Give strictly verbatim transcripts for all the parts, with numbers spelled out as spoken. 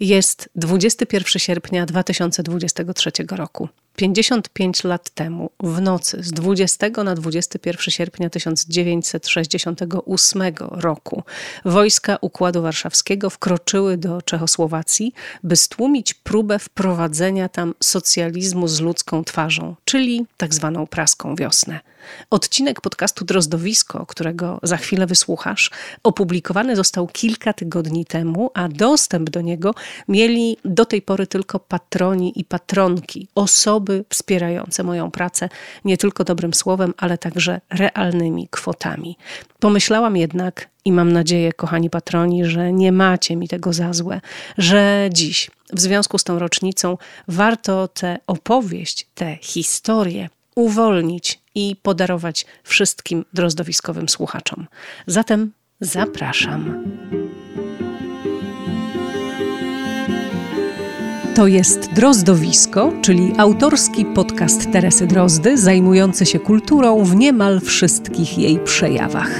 Jest dwudziestego pierwszego sierpnia dwa tysiące dwudziestego trzeciego roku. pięćdziesiąt pięć lat temu, w nocy z dwudziestego na dwudziestego pierwszego sierpnia tysiąc dziewięćset sześćdziesiątego ósmego roku, wojska Układu Warszawskiego wkroczyły do Czechosłowacji, by stłumić próbę wprowadzenia tam socjalizmu z ludzką twarzą, czyli tak zwaną praską wiosnę. Odcinek podcastu Drozdowisko, którego za chwilę wysłuchasz, opublikowany został kilka tygodni temu, a dostęp do niego mieli do tej pory tylko patroni i patronki, osoby wspierające moją pracę nie tylko dobrym słowem, ale także realnymi kwotami. Pomyślałam jednak i mam nadzieję, kochani patroni, że nie macie mi tego za złe, że dziś, w związku z tą rocznicą, warto tę opowieść, tę historię uwolnić i podarować wszystkim drozdowiskowym słuchaczom. Zatem zapraszam. To jest Drozdowisko, czyli autorski podcast Teresy Drozdy, zajmujący się kulturą w niemal wszystkich jej przejawach.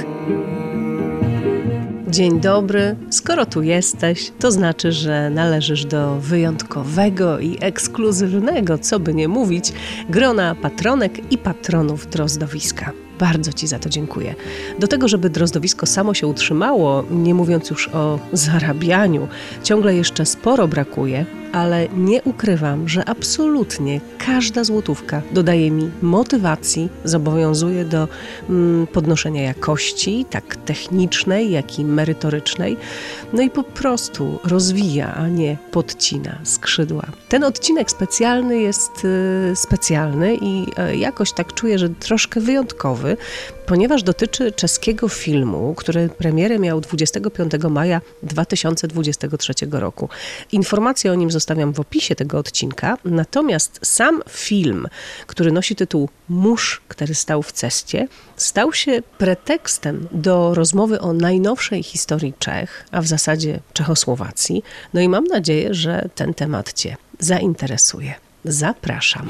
Dzień dobry. Skoro tu jesteś, to znaczy, że należysz do wyjątkowego i ekskluzywnego, co by nie mówić, grona patronek i patronów Drozdowiska. Bardzo Ci za to dziękuję. Do tego, żeby Drozdowisko samo się utrzymało, nie mówiąc już o zarabianiu, ciągle jeszcze sporo brakuje, ale nie ukrywam, że absolutnie każda złotówka dodaje mi motywacji, zobowiązuje do mm, podnoszenia jakości, tak technicznej, jak i merytorycznej, no i po prostu rozwija, a nie podcina skrzydła. Ten odcinek specjalny jest y, specjalny i y, jakoś tak czuję, że troszkę wyjątkowy, ponieważ dotyczy czeskiego filmu, który premierę miał dwudziestego piątego maja dwa tysiące dwudziestego trzeciego roku. Informacje o nim zostawiam w opisie tego odcinka, natomiast sam film, który nosi tytuł Mórz, który stał w ceście, stał się pretekstem do rozmowy o najnowszej historii Czech, a w zasadzie Czechosłowacji. No i mam nadzieję, że ten temat Cię zainteresuje. Zapraszam.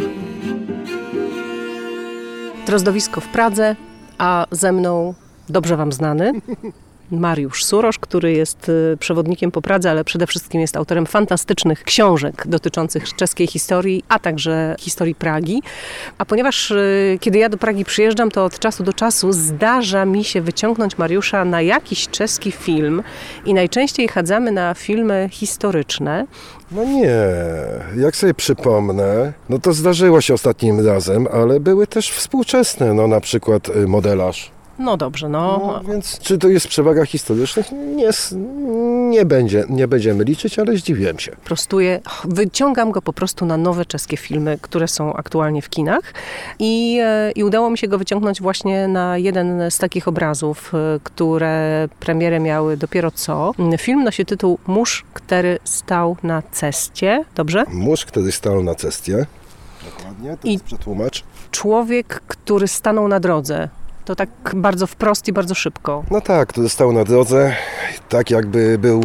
Drozdowisko w Pradze, a ze mną dobrze Wam znany Mariusz Surosz, który jest przewodnikiem po Pradze, ale przede wszystkim jest autorem fantastycznych książek dotyczących czeskiej historii, a także historii Pragi. A ponieważ kiedy ja do Pragi przyjeżdżam, to od czasu do czasu zdarza mi się wyciągnąć Mariusza na jakiś czeski film i najczęściej chadzamy na filmy historyczne. No nie, jak sobie przypomnę, no to zdarzyło się ostatnim razem, ale były też współczesne, no na przykład Modelarz. No dobrze, no. no. Więc czy to jest przewaga historycznych? Nie, nie, będzie, nie będziemy liczyć, ale zdziwiłem się. Prostuję, wyciągam go po prostu na nowe czeskie filmy, które są aktualnie w kinach i, i udało mi się go wyciągnąć właśnie na jeden z takich obrazów, które premierę miały dopiero co. Film nosi tytuł Mórz, który stał na ceście, dobrze? Mórz, który stał na cestie. Dokładnie, to I jest przetłumacz. Człowiek, który stanął na drodze. To tak bardzo wprost i bardzo szybko. No tak, który stał na drodze, tak jakby był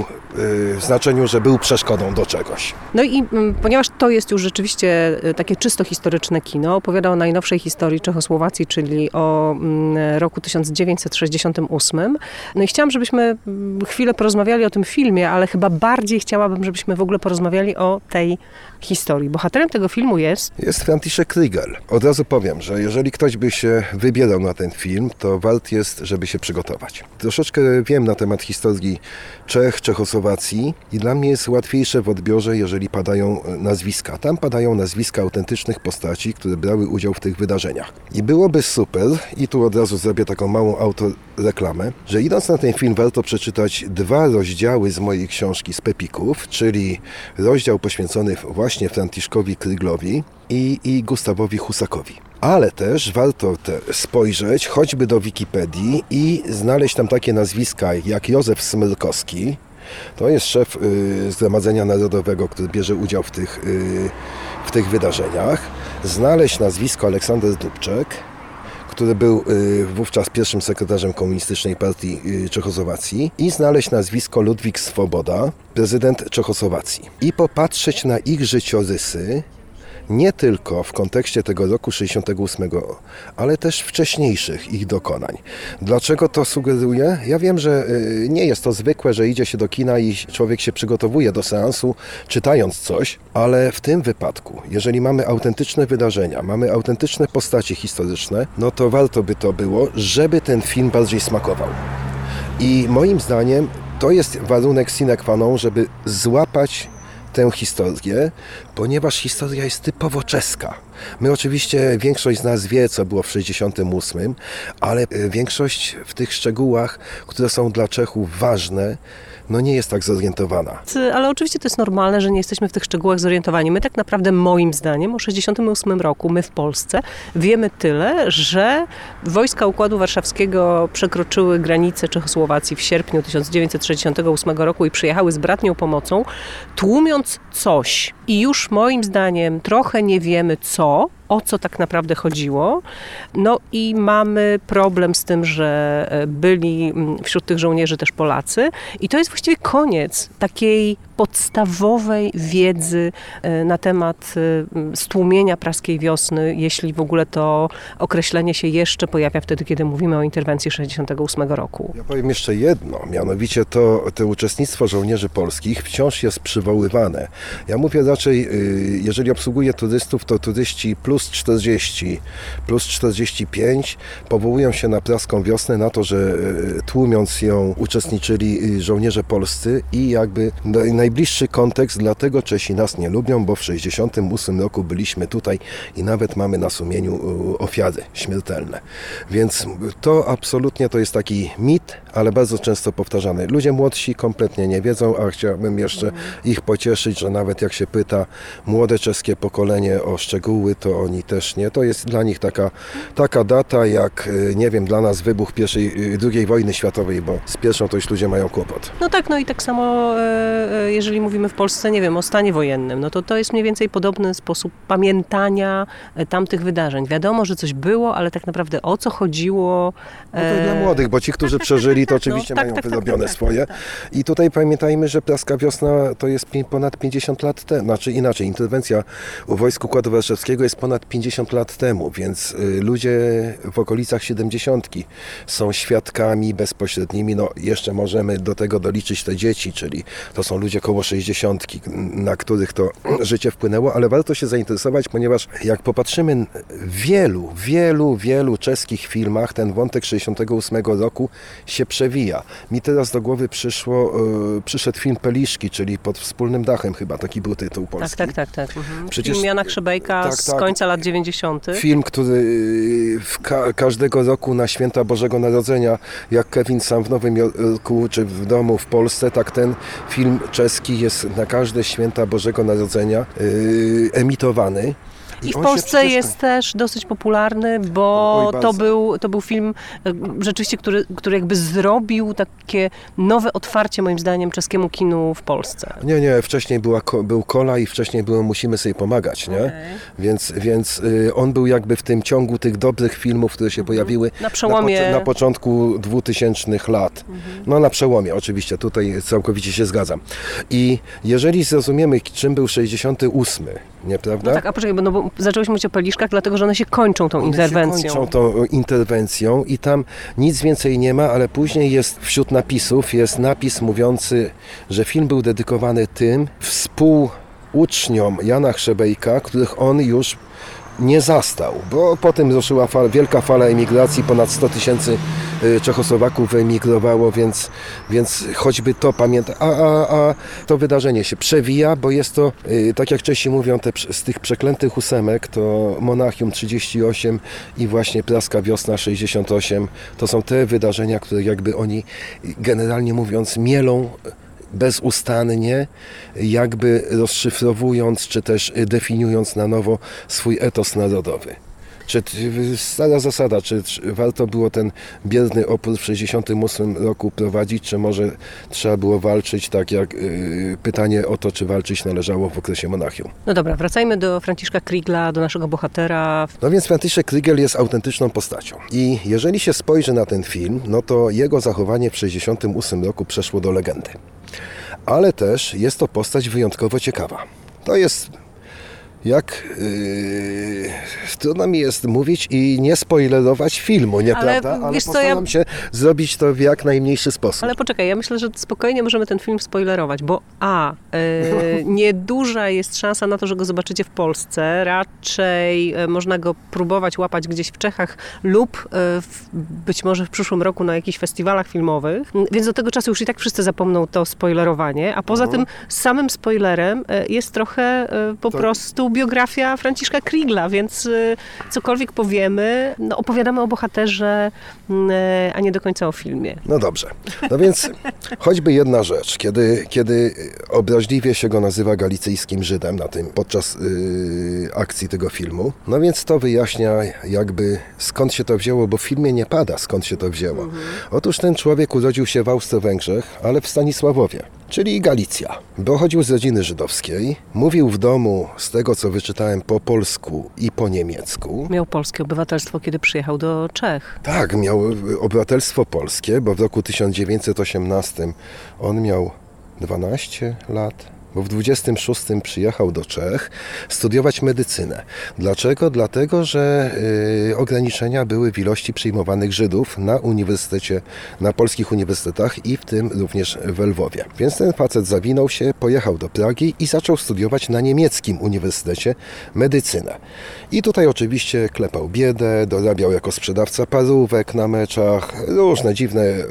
w znaczeniu, że był przeszkodą do czegoś. No i m, ponieważ to jest już rzeczywiście takie czysto historyczne kino, opowiada o najnowszej historii Czechosłowacji, czyli o m, roku tysiąc dziewięćset sześćdziesiątym ósmym. No i chciałam, żebyśmy chwilę porozmawiali o tym filmie, ale chyba bardziej chciałabym, żebyśmy w ogóle porozmawiali o tej historii. Bohaterem tego filmu jest... Jest Franciszek Krygiel. Od razu powiem, że jeżeli ktoś by się wybierał na ten film, to wart jest, żeby się przygotować. Troszeczkę wiem na temat historii Czech, Czechosłowacji i dla mnie jest łatwiejsze w odbiorze, jeżeli padają nazwiska. Tam padają nazwiska autentycznych postaci, które brały udział w tych wydarzeniach. I byłoby super, i tu od razu zrobię taką małą autoreklamę, że idąc na ten film warto przeczytać dwa rozdziały z mojej książki z Pepików, czyli rozdział poświęcony właśnie Franciszkowi Kryglowi i, i Gustawowi Husakowi. Ale też warto te spojrzeć choćby do Wikipedii i znaleźć tam takie nazwiska jak Józef Smrkowski. To jest szef y, Zgromadzenia Narodowego, który bierze udział w tych, y, w tych wydarzeniach. Znaleźć nazwisko Aleksander Dubček, który był y, wówczas pierwszym sekretarzem Komunistycznej Partii y, Czechosłowacji, i znaleźć nazwisko Ludwik Swoboda, prezydent Czechosłowacji. I popatrzeć na ich życiorysy, nie tylko w kontekście tego roku sześćdziesiątego ósmego, ale też wcześniejszych ich dokonań. Dlaczego to sugeruję? Ja wiem, że nie jest to zwykłe, że idzie się do kina i człowiek się przygotowuje do seansu, czytając coś, ale w tym wypadku, jeżeli mamy autentyczne wydarzenia, mamy autentyczne postacie historyczne, no to warto by to było, żeby ten film bardziej smakował. I moim zdaniem to jest warunek sine qua non, żeby złapać tę historię, ponieważ historia jest typowo czeska. My oczywiście, większość z nas wie, co było w sześćdziesiątym ósmym, ale większość w tych szczegółach, które są dla Czechów ważne, no nie jest tak zorientowana. Ale oczywiście to jest normalne, że nie jesteśmy w tych szczegółach zorientowani. My tak naprawdę, moim zdaniem, o sześćdziesiątym ósmym roku, my w Polsce, wiemy tyle, że wojska Układu Warszawskiego przekroczyły granicę Czechosłowacji w sierpniu tysiąc dziewięćset sześćdziesiątego ósmego roku i przyjechały z bratnią pomocą, tłumiąc coś. I już moim zdaniem trochę nie wiemy co, o co tak naprawdę chodziło. No i mamy problem z tym, że byli wśród tych żołnierzy też Polacy. I to jest właściwie koniec takiej podstawowej wiedzy na temat stłumienia praskiej wiosny, jeśli w ogóle to określenie się jeszcze pojawia wtedy, kiedy mówimy o interwencji sześćdziesiątego ósmego roku. Ja powiem jeszcze jedno, mianowicie to, to uczestnictwo żołnierzy polskich wciąż jest przywoływane. Ja mówię raczej, jeżeli obsługuję turystów, to turyści plus czterdzieści, plus czterdzieści pięć powołują się na praską wiosnę, na to, że tłumiąc ją uczestniczyli żołnierze polscy i jakby najbliższy kontekst, dlatego Czesi nas nie lubią, bo w sześćdziesiątym ósmym roku byliśmy tutaj i nawet mamy na sumieniu ofiary śmiertelne. Więc to absolutnie to jest taki mit, ale bardzo często powtarzany. Ludzie młodsi kompletnie nie wiedzą, a chciałbym jeszcze ich pocieszyć, że nawet jak się pyta młode czeskie pokolenie o szczegóły, to oni też nie. To jest dla nich taka, taka data jak, nie wiem, dla nas wybuch pierwszej, drugiej wojny światowej, bo z pierwszą to już ludzie mają kłopot. No tak, no i tak samo jeżeli mówimy w Polsce, nie wiem, o stanie wojennym, no to to jest mniej więcej podobny sposób pamiętania tamtych wydarzeń. Wiadomo, że coś było, ale tak naprawdę o co chodziło. No to dla młodych, bo ci, którzy przeżyli, to oczywiście no, tak, mają tak, wyrobione tak, swoje. Tak, tak. I tutaj pamiętajmy, że praska wiosna to jest ponad pięćdziesiąt lat temu, znaczy inaczej, interwencja u wojsk Układu Warszawskiego jest ponad pięćdziesiąt lat temu, więc ludzie w okolicach siedemdziesiątki są świadkami bezpośrednimi, no jeszcze możemy do tego doliczyć te dzieci, czyli to są ludzie koło sześćdziesiątki, na których to życie wpłynęło, ale warto się zainteresować, ponieważ jak popatrzymy w wielu, wielu, wielu czeskich filmach, ten wątek sześćdziesiątego ósmego roku się przewija. Mi teraz do głowy przyszło, yy, przyszedł film Peliszki, czyli Pod wspólnym dachem chyba, taki był tytuł polski. Tak, tak, tak. tak. Mhm. Przecież, film Jana Krzebejka tak, z tak, końca lat dziewięćdziesiątych. Film, który w ka- każdego roku na święta Bożego Narodzenia, jak Kevin sam w Nowym Jorku, czy w domu w Polsce, tak ten film czeski jest na każde święta Bożego Narodzenia yy, emitowany. I, I w Polsce przecież... jest też dosyć popularny, bo Oj, to, był, to był film rzeczywiście, który, który jakby zrobił takie nowe otwarcie, moim zdaniem, czeskiemu kinu w Polsce. Nie, nie, wcześniej była, był Kola i wcześniej było Musimy sobie pomagać, nie? Okay. Więc, więc y, on był jakby w tym ciągu tych dobrych filmów, które się pojawiły na przełomie... na, po, na początku dwutysięcznych lat. Mhm. No na przełomie, oczywiście, tutaj całkowicie się zgadzam. I jeżeli zrozumiemy, czym był sześćdziesiąty ósmy, nieprawda? No tak, a poczekaj, bo, no, bo zaczęłyśmy mówić o Peliszkach, dlatego że one się kończą tą one interwencją. Się kończą tą interwencją i tam nic więcej nie ma, ale później jest wśród napisów, jest napis mówiący, że film był dedykowany tym współuczniom Jana Krzebejka, których on już nie zastał, bo potem ruszyła fala, wielka fala emigracji, ponad sto tysięcy Czechosłowaków wyemigrowało, więc, więc choćby to pamięta, a, a, a to wydarzenie się przewija, bo jest to, tak jak Czesi mówią, te, z tych przeklętych ósemek, to Monachium trzydzieści osiem i właśnie Praska Wiosna sześćdziesiąt osiem, to są te wydarzenia, które jakby oni generalnie mówiąc mielą bezustannie, jakby rozszyfrowując, czy też definiując na nowo swój etos narodowy. Czy stara zasada, czy warto było ten bierny opór w sześćdziesiątym ósmym roku prowadzić, czy może trzeba było walczyć, tak jak yy, pytanie o to, czy walczyć należało w okresie Monachium. No dobra, wracajmy do Franciszka Kriegla, do naszego bohatera. No więc Franciszek Kriegel jest autentyczną postacią. I jeżeli się spojrzy na ten film, no to jego zachowanie w sześćdziesiątym ósmym roku przeszło do legendy. Ale też jest to postać wyjątkowo ciekawa. To jest jak yy, trudno mi jest mówić i nie spoilerować filmu, nieprawda? Ale, Ale wiesz co, postaram ja... się zrobić to w jak najmniejszy sposób. Ale poczekaj, ja myślę, że spokojnie możemy ten film spoilerować, bo a, yy, nieduża jest szansa na to, że go zobaczycie w Polsce. Raczej yy, można go próbować łapać gdzieś w Czechach lub yy, w, być może w przyszłym roku na jakichś festiwalach filmowych. Więc do tego czasu już i tak wszyscy zapomną to spoilerowanie, a poza mhm. tym samym spoilerem yy, jest trochę yy, po to... prostu biografia Franciszka Kriegla, więc y, cokolwiek powiemy, no, opowiadamy o bohaterze, y, a nie do końca o filmie. No dobrze. No więc choćby jedna rzecz, kiedy, kiedy obraźliwie się go nazywa galicyjskim Żydem na tym, podczas y, akcji tego filmu, no więc to wyjaśnia jakby skąd się to wzięło, bo w filmie nie pada skąd się to wzięło. Mhm. Otóż ten człowiek urodził się w Austro-Węgrzech, ale w Stanisławowie, czyli Galicja. Pochodził z rodziny żydowskiej, mówił w domu z tego, co wyczytałem, po polsku i po niemiecku. Miał polskie obywatelstwo, kiedy przyjechał do Czech. Tak, miał obywatelstwo polskie, bo w roku tysiąc dziewięćset osiemnastym on miał dwanaście lat. Bo w dwudziestym szóstym przyjechał do Czech studiować medycynę. Dlaczego? Dlatego, że y, ograniczenia były w ilości przyjmowanych Żydów na uniwersytecie, na polskich uniwersytetach i w tym również w Lwowie. Więc ten facet zawinął się, pojechał do Pragi i zaczął studiować na niemieckim uniwersytecie medycynę. I tutaj oczywiście klepał biedę, dorabiał jako sprzedawca parówek na meczach, różne dziwne, y,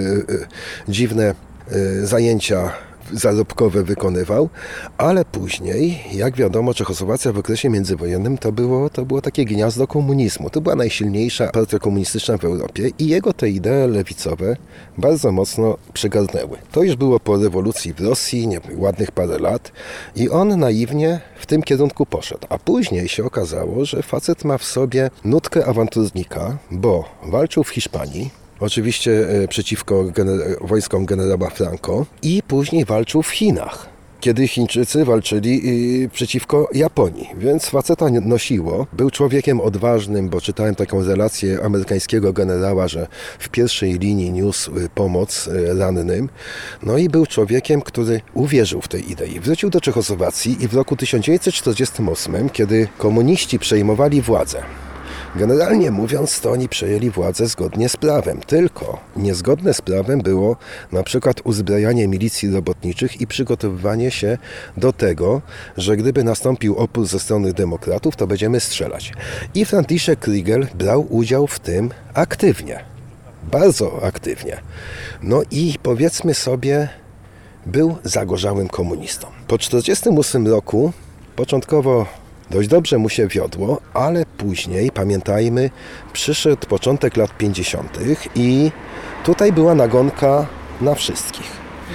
y, dziwne y, zajęcia zarobkowe wykonywał, ale później, jak wiadomo, Czechosłowacja w okresie międzywojennym to było, to było takie gniazdo komunizmu. To była najsilniejsza partia komunistyczna w Europie i jego te idee lewicowe bardzo mocno przygarnęły. To już było po rewolucji w Rosji, nie, ładnych parę lat i on naiwnie w tym kierunku poszedł. A później się okazało, że facet ma w sobie nutkę awanturnika, bo walczył w Hiszpanii, oczywiście przeciwko gener- wojskom generała Franco i później walczył w Chinach, kiedy Chińczycy walczyli y, przeciwko Japonii. Więc faceta nosiło. Był człowiekiem odważnym, bo czytałem taką relację amerykańskiego generała, że w pierwszej linii niósł y, pomoc y, rannym. No i był człowiekiem, który uwierzył w tej idei. Wrócił do Czechosłowacji i w roku tysiąc dziewięćset czterdziestym ósmym, kiedy komuniści przejmowali władzę, generalnie mówiąc, to oni przejęli władzę zgodnie z prawem, tylko niezgodne z prawem było na przykład uzbrajanie milicji robotniczych i przygotowywanie się do tego, że gdyby nastąpił opór ze strony demokratów, to będziemy strzelać. I Franciszek Kriegel brał udział w tym aktywnie, bardzo aktywnie. No i powiedzmy sobie, był zagorzałym komunistą. Po tysiąc dziewięćset czterdziestym ósmym roku początkowo dość dobrze mu się wiodło, ale później, pamiętajmy, przyszedł początek lat pięćdziesiątych i tutaj była nagonka na wszystkich.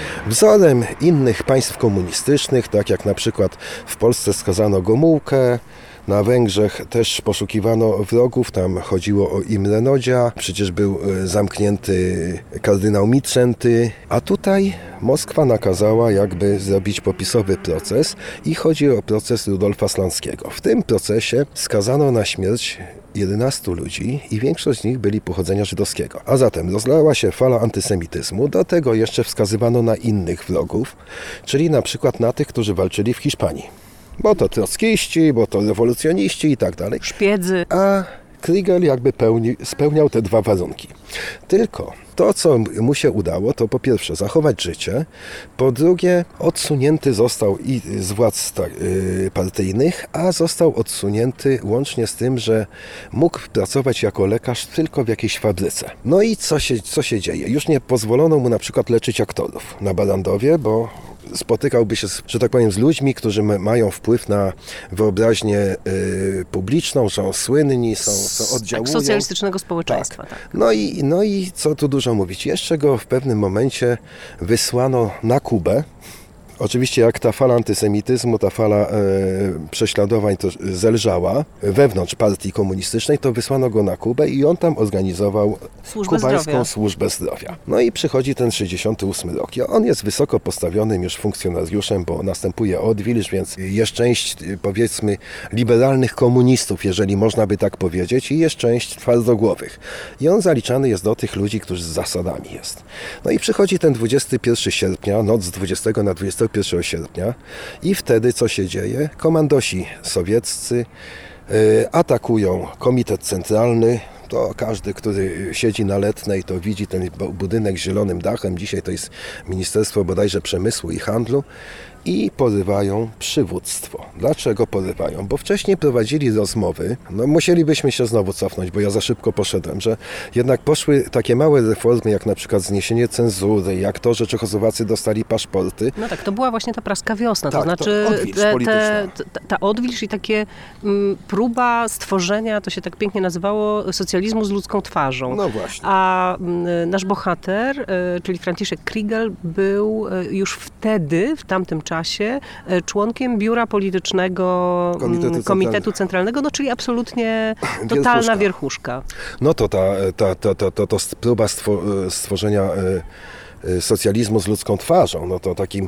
Wzorem innych państw komunistycznych, tak jak na przykład w Polsce skazano Gomułkę, na Węgrzech też poszukiwano wrogów, tam chodziło o Imre Nodzia, przecież był zamknięty kardynał Mitrzenty, a tutaj Moskwa nakazała jakby zrobić popisowy proces i chodzi o proces Rudolfa Slanskiego. W tym procesie skazano na śmierć jedenastu ludzi i większość z nich byli pochodzenia żydowskiego. A zatem rozlała się fala antysemityzmu, do tego jeszcze wskazywano na innych wrogów, czyli na przykład na tych, którzy walczyli w Hiszpanii. Bo to trockiści, bo to rewolucjoniści i tak dalej. Szpiedzy. A Kriegel jakby pełni, spełniał te dwa warunki. Tylko to, co mu się udało, to po pierwsze zachować życie, po drugie odsunięty został i z władz partyjnych, a został odsunięty łącznie z tym, że mógł pracować jako lekarz tylko w jakiejś fabryce. No i co się, co się dzieje? Już nie pozwolono mu na przykład leczyć aktorów na Barandowie, bo spotykałby się, z, że tak powiem, z ludźmi, którzy mają wpływ na wyobraźnię y, publiczną, są słynni, są, są oddziałują. Tak, socjalistycznego społeczeństwa. Tak. Tak. No, i, no i co tu dużo mówić. Jeszcze go w pewnym momencie wysłano na Kubę. Oczywiście jak ta fala antysemityzmu, ta fala e, prześladowań to zelżała wewnątrz partii komunistycznej, to wysłano go na Kubę i on tam organizował Służbę kubańską zdrowia. służbę zdrowia. No i przychodzi ten sześćdziesiąty ósmy rok. I on jest wysoko postawionym już funkcjonariuszem, bo następuje odwilż, więc jest część, powiedzmy, liberalnych komunistów, jeżeli można by tak powiedzieć, i jest część twardogłowych. I on zaliczany jest do tych ludzi, którzy z zasadami jest. No i przychodzi ten dwudziestego pierwszego sierpnia, noc z dwudziestego na dwudziestego pierwszego sierpnia i wtedy co się dzieje? Komandosi sowieccy atakują Komitet Centralny. To każdy, który siedzi na Letnej, to widzi ten budynek z zielonym dachem. Dzisiaj to jest Ministerstwo bodajże Przemysłu i Handlu. I porywają przywództwo. Dlaczego porywają? Bo wcześniej prowadzili rozmowy, no musielibyśmy się znowu cofnąć, bo ja za szybko poszedłem, że jednak poszły takie małe reformy, jak na przykład zniesienie cenzury, jak to, że Czechosłowacy dostali paszporty. No tak, to była właśnie ta praska wiosna, tak, to znaczy to odwilż te, polityczna. te, ta, ta odwilż i takie m, próba stworzenia, to się tak pięknie nazywało, socjalizmu z ludzką twarzą. No właśnie. A m, nasz bohater, y, czyli Franciszek Krigel, był y, już wtedy, w tamtym czasie, czasie członkiem biura politycznego Komitetu, Komitetu Centralnego, no czyli absolutnie totalna wierchuszka. wierchuszka. No to ta, ta, ta, ta, ta, ta próba stworzenia socjalizmu z ludzką twarzą, no to takim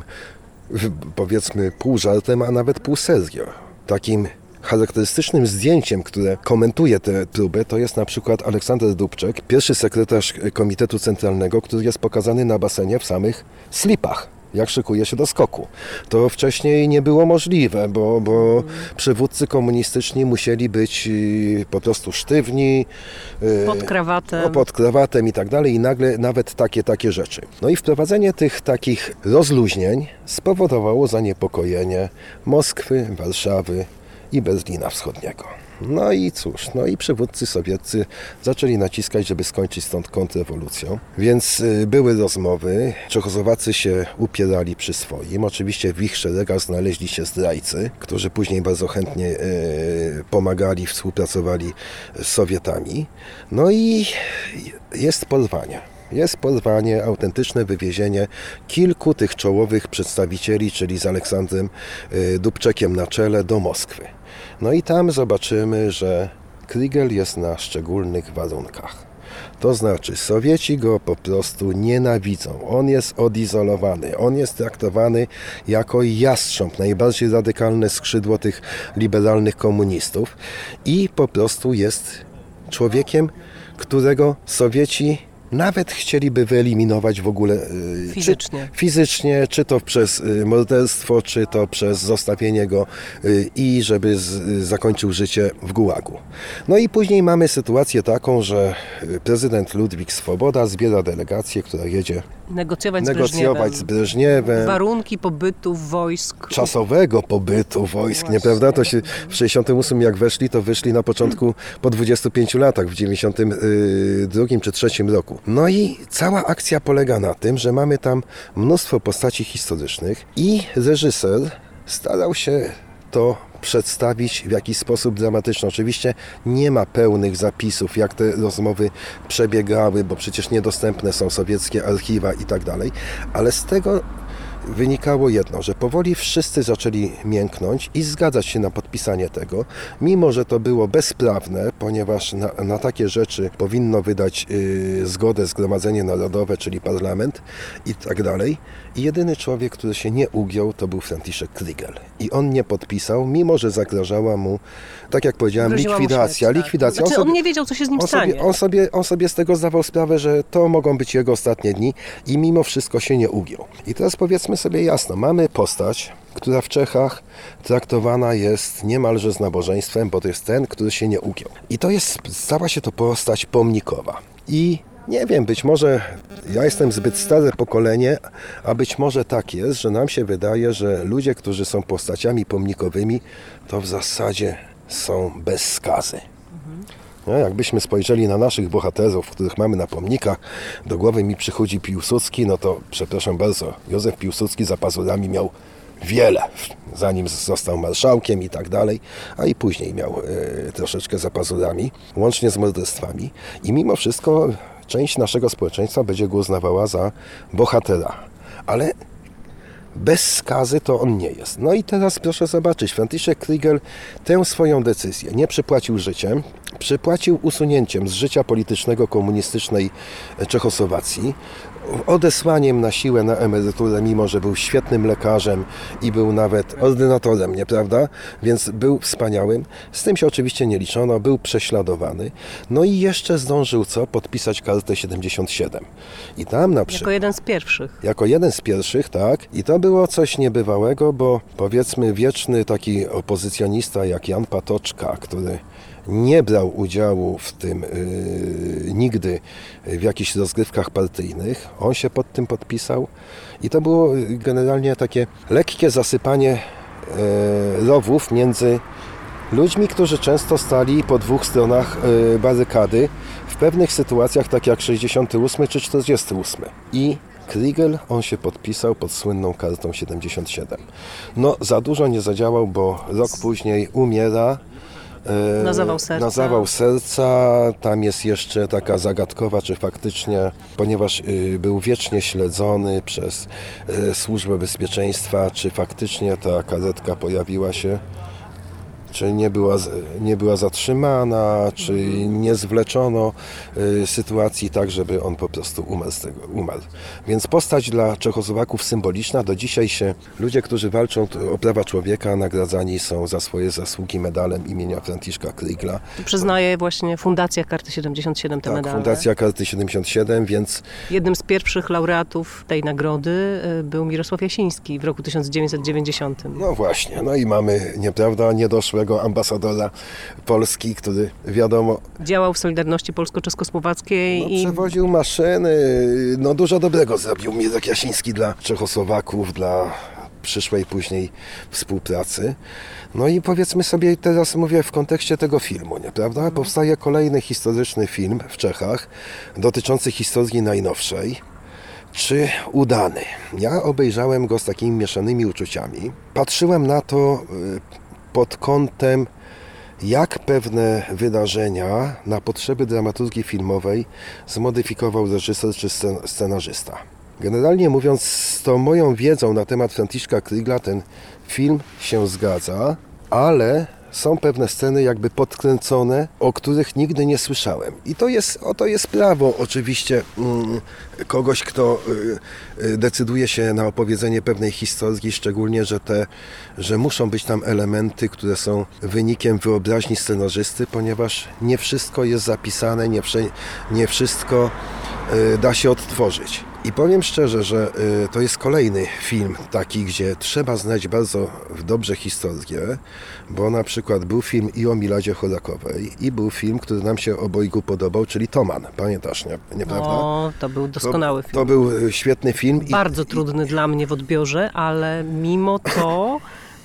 powiedzmy pół żartem, a nawet pół serio. Takim charakterystycznym zdjęciem, które komentuje tę próbę, to jest na przykład Aleksander Dubček, pierwszy sekretarz Komitetu Centralnego, który jest pokazany na basenie w samych slipach, jak szykuje się do skoku. To wcześniej nie było możliwe, bo, bo przywódcy komunistyczni musieli być po prostu sztywni. Pod krawatem. No, pod krawatem i tak dalej i nagle nawet takie, takie rzeczy. No i wprowadzenie tych takich rozluźnień spowodowało zaniepokojenie Moskwy, Warszawy i Berlina Wschodniego. No i cóż, no i przywódcy sowieccy zaczęli naciskać, żeby skończyć stąd kontrrewolucją. Więc y, były rozmowy, Czechosłowacy się upierali przy swoim. Oczywiście w ich szeregach znaleźli się zdrajcy, którzy później bardzo chętnie y, pomagali, współpracowali z Sowietami. No i jest porwanie. Jest porwanie, autentyczne wywiezienie kilku tych czołowych przedstawicieli, czyli z Aleksandrem y, Dubčekiem na czele, do Moskwy. No i tam zobaczymy, że Krigel jest na szczególnych warunkach. To znaczy Sowieci go po prostu nienawidzą. On jest odizolowany. On jest traktowany jako jastrząb, najbardziej radykalne skrzydło tych liberalnych komunistów i po prostu jest człowiekiem, którego Sowieci nawet chcieliby wyeliminować w ogóle fizycznie. Czy, fizycznie, czy to przez morderstwo, czy to przez zostawienie go i żeby z, zakończył życie w gułagu. No i później mamy sytuację taką, że prezydent Ludwik Swoboda zbiera delegację, która jedzie negocjować, negocjować z Breżniewem. Warunki pobytu wojsk. Czasowego pobytu wojsk, nieprawda? To się w sześćdziesiątym ósmym jak weszli, to wyszli na początku po dwudziestu pięciu latach, w dziewięćdziesiątym drugim czy trzecim roku. No i cała akcja polega na tym, że mamy tam mnóstwo postaci historycznych i reżyser starał się to przedstawić w jakiś sposób dramatyczny. Oczywiście nie ma pełnych zapisów, jak te rozmowy przebiegały, bo przecież niedostępne są sowieckie archiwa i tak dalej, ale z tego wynikało jedno, że powoli wszyscy zaczęli mięknąć i zgadzać się na podpisanie tego, mimo że to było bezprawne, ponieważ na, na takie rzeczy powinno wydać yy, zgodę Zgromadzenie Narodowe, czyli parlament i tak dalej. I jedyny człowiek, który się nie ugiął, to był Franciszek Krigel. I on nie podpisał, mimo że zagrażała mu, tak jak powiedziałem, Groziła likwidacja. Śmierć, likwidacja. tak. Znaczy, on, sobie, on nie wiedział, co się z nim on stanie. sobie, on, sobie, on sobie z tego zdawał sprawę, że to mogą być jego ostatnie dni i mimo wszystko się nie ugiął. I teraz powiedzmy sobie jasno, mamy postać, która w Czechach traktowana jest niemalże z nabożeństwem, bo to jest ten, który się nie ugiął. I to jest, stała się to postać pomnikowa. I nie wiem, być może ja jestem zbyt stare pokolenie, a być może tak jest, że nam się wydaje, że ludzie, którzy są postaciami pomnikowymi, to w zasadzie są bez skazy. No, jakbyśmy spojrzeli na naszych bohaterów, których mamy na pomnikach, do głowy mi przychodzi Piłsudski, no to przepraszam bardzo, Józef Piłsudski za pazurami miał wiele, zanim został marszałkiem i tak dalej, a i później miał e, troszeczkę za pazurami, łącznie z morderstwami. I mimo wszystko część naszego społeczeństwa będzie go uznawała za bohatera. Ale bez skazy to on nie jest. No i teraz proszę zobaczyć, Franciszek Krigel tę swoją decyzję nie przypłacił życiem, przypłacił usunięciem z życia politycznego komunistycznej Czechosłowacji, odesłaniem na siłę na emeryturę, mimo że był świetnym lekarzem i był nawet ordynatorem, nieprawda? Więc był wspaniałym. Z tym się oczywiście nie liczono, był prześladowany. No i jeszcze zdążył co? Podpisać kartę siedemdziesiąt siedem. I tam na przykład... Jako jeden z pierwszych. Jako jeden z pierwszych, tak. I to było coś niebywałego, bo powiedzmy wieczny taki opozycjonista jak Jan Patoczka, który nie brał udziału w tym yy, nigdy w jakichś rozgrywkach partyjnych, on się pod tym podpisał i to było generalnie takie lekkie zasypanie yy, rowów między ludźmi, którzy często stali po dwóch stronach yy, barykady w pewnych sytuacjach, tak jak sześćdziesiąty ósmy czy czterdziesty ósmy. I Krygiel, on się podpisał pod słynną kartą siedemdziesiąt siedem. No, za dużo nie zadziałał, bo rok później umiera. E, na zawał serca. Na zawał serca. Tam jest jeszcze taka zagadkowa, czy faktycznie, ponieważ y, był wiecznie śledzony przez y, Służbę Bezpieczeństwa, czy faktycznie ta karetka pojawiła się, czy nie była, nie była zatrzymana, czy nie zwleczono y, sytuacji tak, żeby on po prostu umarł z tego, umarł. Więc postać dla Czechosłowaków symboliczna. Do dzisiaj się ludzie, którzy walczą o prawa człowieka, nagradzani są za swoje zasługi medalem imienia Franciszka Krygla. Przyznaje właśnie Fundacja Karty siedemdziesiąt siedem te tak, medale. Fundacja Karty siedemdziesiąt siedem, więc... Jednym z pierwszych laureatów tej nagrody był Mirosław Jasiński w roku tysiąc dziewięćset dziewięćdziesiątym. No właśnie, no i mamy, nieprawda, niedoszłego ambasadora Polski, który wiadomo... Działał w Solidarności Polsko-Czeskosłowackiej no, i... Przewoził maszyny, no dużo dobrego zrobił Mirek Jasiński dla Czechosłowaków, dla przyszłej później współpracy. No i powiedzmy sobie, teraz mówię w kontekście tego filmu, nieprawda? Powstaje kolejny historyczny film w Czechach dotyczący historii najnowszej. Czy udany? Ja obejrzałem go z takimi mieszanymi uczuciami. Patrzyłem na to pod kątem, jak pewne wydarzenia na potrzeby dramaturgii filmowej zmodyfikował reżyser czy scenarzysta. Generalnie mówiąc, z tą moją wiedzą na temat Franciszka Krygla ten film się zgadza, ale są pewne sceny jakby podkręcone, o których nigdy nie słyszałem. I to jest, oto jest prawo oczywiście mm, kogoś, kto y, decyduje się na opowiedzenie pewnej historii, szczególnie, że, te, że muszą być tam elementy, które są wynikiem wyobraźni scenarzysty, ponieważ nie wszystko jest zapisane, nie, wsze, nie wszystko y, da się odtworzyć. I powiem szczerze, że y, to jest kolejny film taki, gdzie trzeba znać bardzo dobrze historię, bo na przykład był film i o Miladzie Horakowej i był film, który nam się obojgu podobał, czyli Toman. Pamiętasz, nie, nieprawda? O, to był doskonały to, film. To był świetny film. Bardzo i, trudny i, dla mnie w odbiorze, ale mimo to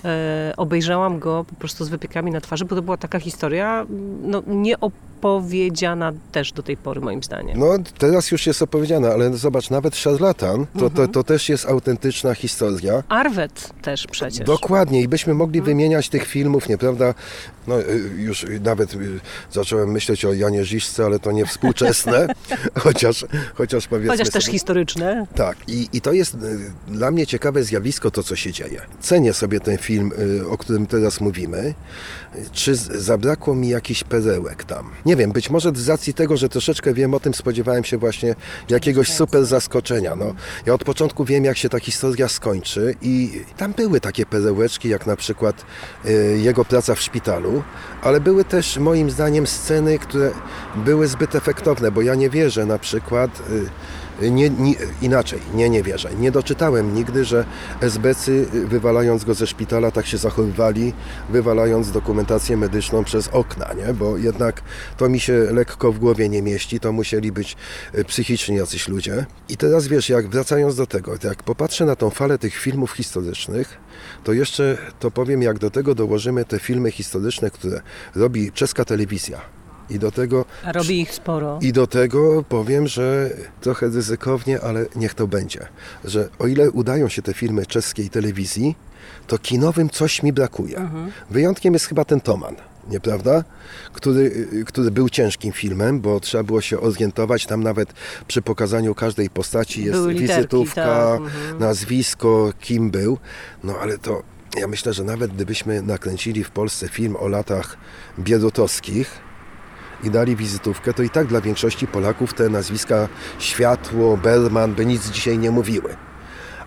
e, obejrzałam go po prostu z wypiekami na twarzy, bo to była taka historia no, nieopowiedziana też do tej pory, moim zdaniem. No, teraz już jest opowiedziana, ale zobacz, nawet Szarlatan, to, mhm. to, to też jest autentyczna historia. Arwet też przecież. Dokładnie i byśmy mogli mhm. wymieniać tych filmów, nieprawda? No, już nawet zacząłem myśleć o Janie Žižce, ale to nie współczesne, chociaż, chociaż powiedzmy Chociaż też sobie, historyczne. Tak, i, i to jest dla mnie ciekawe zjawisko, to co się dzieje. Cenię sobie ten film, o którym teraz mówimy. Czy zabrakło mi jakichś perełek tam? Nie wiem, być może z racji tego, że troszeczkę wiem o tym, spodziewałem się właśnie jakiegoś super zaskoczenia. No, ja od początku wiem, jak się ta historia skończy i tam były takie perełeczki, jak na przykład y, jego praca w szpitalu, ale były też moim zdaniem sceny, które były zbyt efektowne, bo ja nie wierzę na przykład... Y, Nie, nie, inaczej, nie, nie wierzę. Nie doczytałem nigdy, że esbecy wywalając go ze szpitala tak się zachowywali, wywalając dokumentację medyczną przez okna, nie? Bo jednak to mi się lekko w głowie nie mieści, to musieli być psychiczni jacyś ludzie. I teraz wiesz, jak wracając do tego, jak popatrzę na tą falę tych filmów historycznych, to jeszcze to powiem, jak do tego dołożymy te filmy historyczne, które robi czeska telewizja. I do tego, A robi ich sporo. I do tego powiem, że trochę ryzykownie, ale niech to będzie. Że o ile udają się te filmy czeskiej telewizji, to kinowym coś mi brakuje. Mhm. Wyjątkiem jest chyba ten Toman, nieprawda? Który, który był ciężkim filmem, bo trzeba było się orientować. Tam nawet przy pokazaniu każdej postaci jest Były literki, wizytówka, tak. mhm. nazwisko, kim był. No ale to ja myślę, że nawet gdybyśmy nakręcili w Polsce film o latach bierutowskich, i dali wizytówkę, to i tak dla większości Polaków te nazwiska Światło, Berman by nic dzisiaj nie mówiły.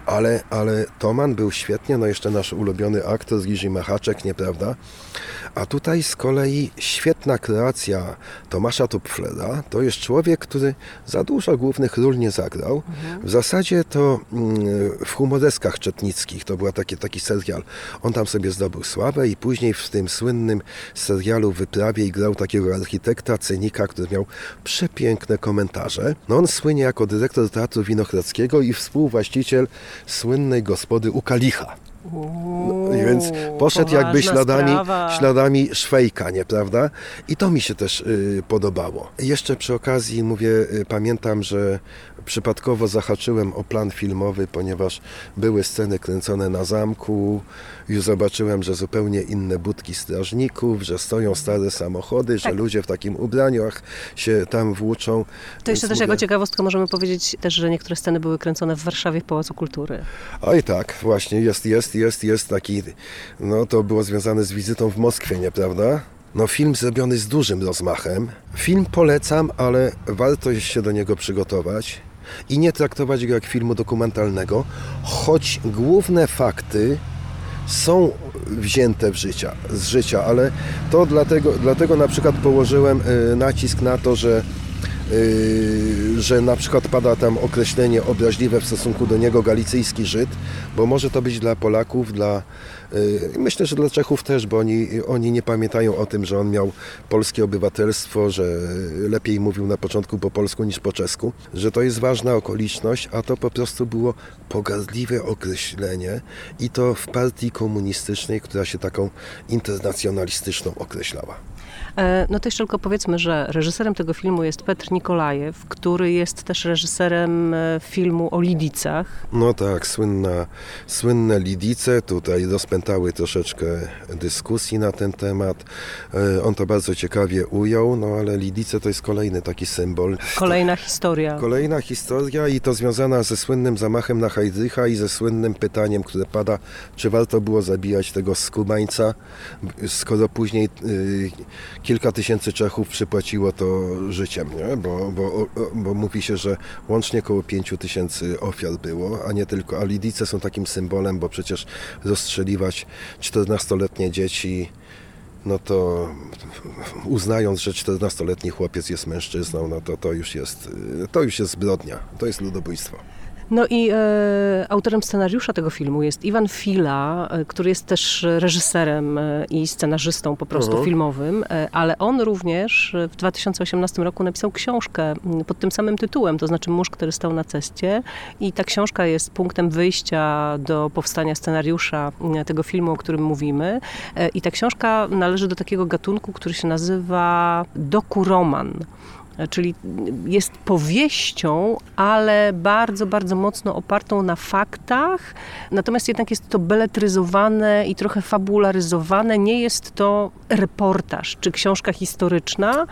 Ale, ale Toman był świetnie, no jeszcze nasz ulubiony aktor Jiří Machaczek, nieprawda? A tutaj z kolei świetna kreacja Tomasza Topflera. To jest człowiek, który za dużo głównych ról nie zagrał. Mhm. W zasadzie to w Humoreskach Czetnickich, to był taki, taki serial, on tam sobie zdobył sławę i później w tym słynnym serialu Wyprawie i grał takiego architekta, cynika, który miał przepiękne komentarze. No on słynie jako dyrektor Teatru Winohradzkiego i współwłaściciel słynnej gospody u Kalicha. No, więc poszedł jakby śladami, śladami Szwejka, nieprawda? I to mi się też y, podobało. Jeszcze przy okazji mówię, y, pamiętam, że przypadkowo zahaczyłem o plan filmowy, ponieważ były sceny kręcone na zamku. Już zobaczyłem, że zupełnie inne budki strażników, że stoją stare samochody, tak. że ludzie w takim ubraniach się tam włóczą. To jeszcze też mówię... jako ciekawostkę możemy powiedzieć też, że niektóre sceny były kręcone w Warszawie w Pałacu Kultury. Oj tak, właśnie jest, jest, jest, jest taki, no to było związane z wizytą w Moskwie, nieprawda? No film zrobiony z dużym rozmachem. Film polecam, ale warto się do niego przygotować i nie traktować go jak filmu dokumentalnego, choć główne fakty są wzięte w życia, z życia, ale to dlatego, dlatego na przykład położyłem y, nacisk na to, że Yy, że na przykład pada tam określenie obraźliwe w stosunku do niego galicyjski Żyd, bo może to być dla Polaków, dla yy, myślę, że dla Czechów też, bo oni, oni nie pamiętają o tym, że on miał polskie obywatelstwo, że lepiej mówił na początku po polsku niż po czesku, że to jest ważna okoliczność, a to po prostu było pogardliwe określenie i to w partii komunistycznej, która się taką internacjonalistyczną określała. No to jeszcze tylko powiedzmy, że reżyserem tego filmu jest Petr Nikolajew, który jest też reżyserem filmu o Lidicach. No tak, słynna, słynne Lidice tutaj rozpętały troszeczkę dyskusji na ten temat. On to bardzo ciekawie ujął, no ale Lidice to jest kolejny taki symbol. Kolejna historia. Kolejna historia i to związana ze słynnym zamachem na Heydricha i ze słynnym pytaniem, które pada, czy warto było zabijać tego skubańca, skoro później y, kilka tysięcy Czechów przypłaciło to życiem, nie? Bo, bo, bo mówi się, że łącznie około pięciu tysięcy ofiar było, a nie tylko. A Lidice są takim symbolem, bo przecież rozstrzeliwać czternastoletnie dzieci, no to uznając, że czternastoletni chłopiec jest mężczyzną, no to to już jest, to już jest zbrodnia, to jest ludobójstwo. No i e, autorem scenariusza tego filmu jest Iwan Fila, e, który jest też reżyserem e, i scenarzystą po prostu uh-huh. filmowym, e, ale on również w dwa tysiące osiemnastym roku napisał książkę pod tym samym tytułem, to znaczy Mórz, który stał na ceście, i ta książka jest punktem wyjścia do powstania scenariusza tego filmu, o którym mówimy, e, i ta książka należy do takiego gatunku, który się nazywa dokuroman. Czyli jest powieścią, ale bardzo, bardzo mocno opartą na faktach, natomiast jednak jest to beletryzowane i trochę fabularyzowane, nie jest to reportaż czy książka historyczna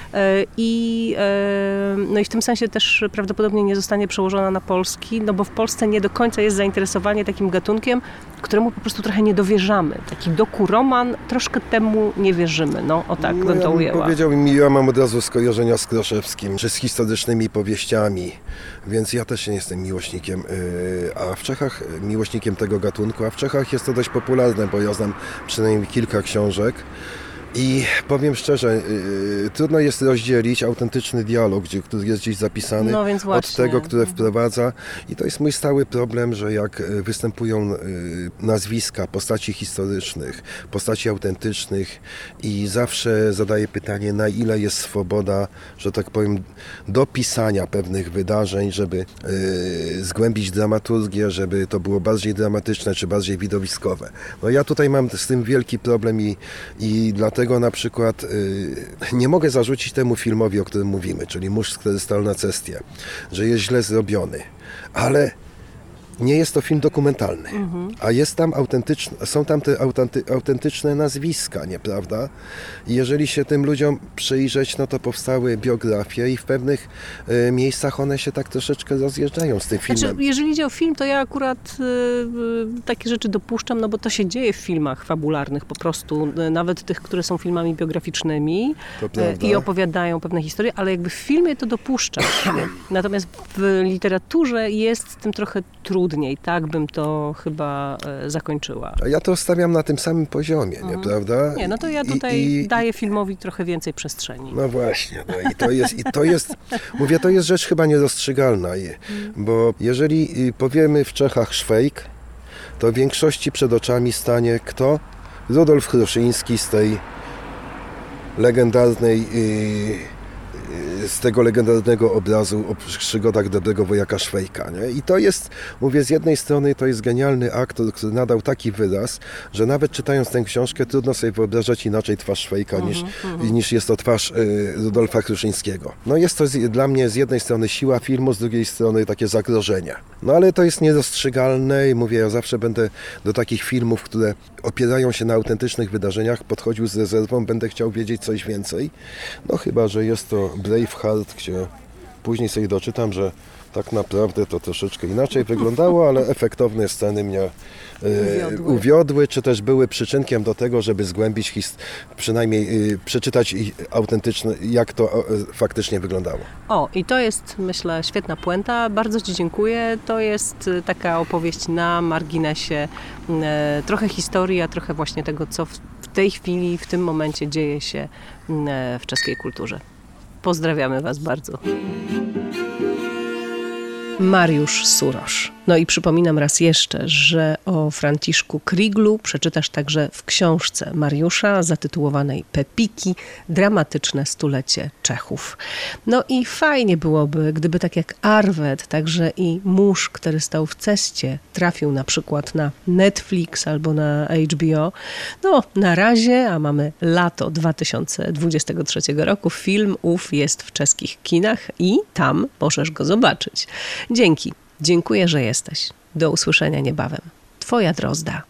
i, no i w tym sensie też prawdopodobnie nie zostanie przełożona na polski, no bo w Polsce nie do końca jest zainteresowanie takim gatunkiem, któremu po prostu trochę nie dowierzamy. Taki dokuroman, troszkę temu nie wierzymy, no o tak no, bym to ja ujęła. Powiedział mi, ja mam od razu skojarzenia z Kroszewskim, czy z historycznymi powieściami, więc ja też nie jestem miłośnikiem, a w Czechach miłośnikiem tego gatunku, a w Czechach jest to dość popularne, bo ja znam przynajmniej kilka książek. I powiem szczerze, yy, trudno jest rozdzielić autentyczny dialog, gdzie, który jest gdzieś zapisany, no więc od tego, które wprowadza. I to jest mój stały problem, że jak występują yy, nazwiska postaci historycznych, postaci autentycznych i zawsze zadaję pytanie, na ile jest swoboda, że tak powiem, dopisania pewnych wydarzeń, żeby yy, zgłębić dramaturgię, żeby to było bardziej dramatyczne, czy bardziej widowiskowe. No ja tutaj mam z tym wielki problem i, i dlatego Dlatego na przykład y, nie mogę zarzucić temu filmowi, o którym mówimy, czyli Mórz, który stał na cestie, że jest źle zrobiony, ale nie jest to film dokumentalny, mhm. a jest tam autentyczne, są tam te autenty, autentyczne nazwiska, nieprawda? I jeżeli się tym ludziom przyjrzeć, no to powstały biografie i w pewnych y, miejscach one się tak troszeczkę rozjeżdżają z tym filmem. Znaczy, jeżeli idzie o film, to ja akurat y, y, takie rzeczy dopuszczam, no bo to się dzieje w filmach fabularnych po prostu, y, nawet tych, które są filmami biograficznymi y, i opowiadają pewne historie, ale jakby w filmie to dopuszczam. Natomiast w literaturze jest z tym trochę trudno. trudniej. Tak bym to chyba e, zakończyła. A ja to stawiam na tym samym poziomie, Mhm. nie prawda? Nie, no to ja tutaj I, i, daję filmowi trochę więcej przestrzeni. No właśnie, no i to jest, i to jest, mówię, to jest rzecz chyba niedostrzegalna, i- bo jeżeli y, powiemy w Czechach Szwejk, to w większości przed oczami stanie kto? Rudolf Hruszyński z tej legendarnej, y, z tego legendarnego obrazu o przygodach dobrego wojaka Szwejka. Nie? I to jest, mówię, z jednej strony to jest genialny aktor, który nadał taki wyraz, że nawet czytając tę książkę trudno sobie wyobrażać inaczej twarz Szwejka niż, niż jest to twarz y, Rudolfa Hruszyńskiego. No jest to z, dla mnie z jednej strony siła filmu, z drugiej strony takie zagrożenie. No ale to jest niedostrzegalne i mówię, ja zawsze będę do takich filmów, które opierają się na autentycznych wydarzeniach, podchodził z rezerwą, będę chciał wiedzieć coś więcej. No chyba, że jest to Braveheart, gdzie później sobie doczytam, że tak naprawdę to troszeczkę inaczej wyglądało, ale efektowne sceny mnie e, Uwiodły. uwiodły, czy też były przyczynkiem do tego, żeby zgłębić, his- przynajmniej e, przeczytać i- autentyczne, jak to e, faktycznie wyglądało. O, i to jest, myślę, świetna puenta. Bardzo Ci dziękuję. To jest y, taka opowieść na marginesie. E, trochę historii, a trochę właśnie tego, co w, w tej chwili, w tym momencie dzieje się e, w czeskiej kulturze. Pozdrawiamy Was bardzo. Mariusz Surosz. No i przypominam raz jeszcze, że o Franciszku Kriglu przeczytasz także w książce Mariusza zatytułowanej Pepiki – dramatyczne stulecie Czechów. No i fajnie byłoby, gdyby tak jak Arwed, także i Mórz, który stał w ceście, trafił na przykład na Netflix albo na H B O. No na razie, a mamy lato dwa tysiące dwudziestego trzeciego roku, film ów jest w czeskich kinach i tam możesz go zobaczyć. Dzięki. Dziękuję, że jesteś. Do usłyszenia niebawem. Twoja Drozda.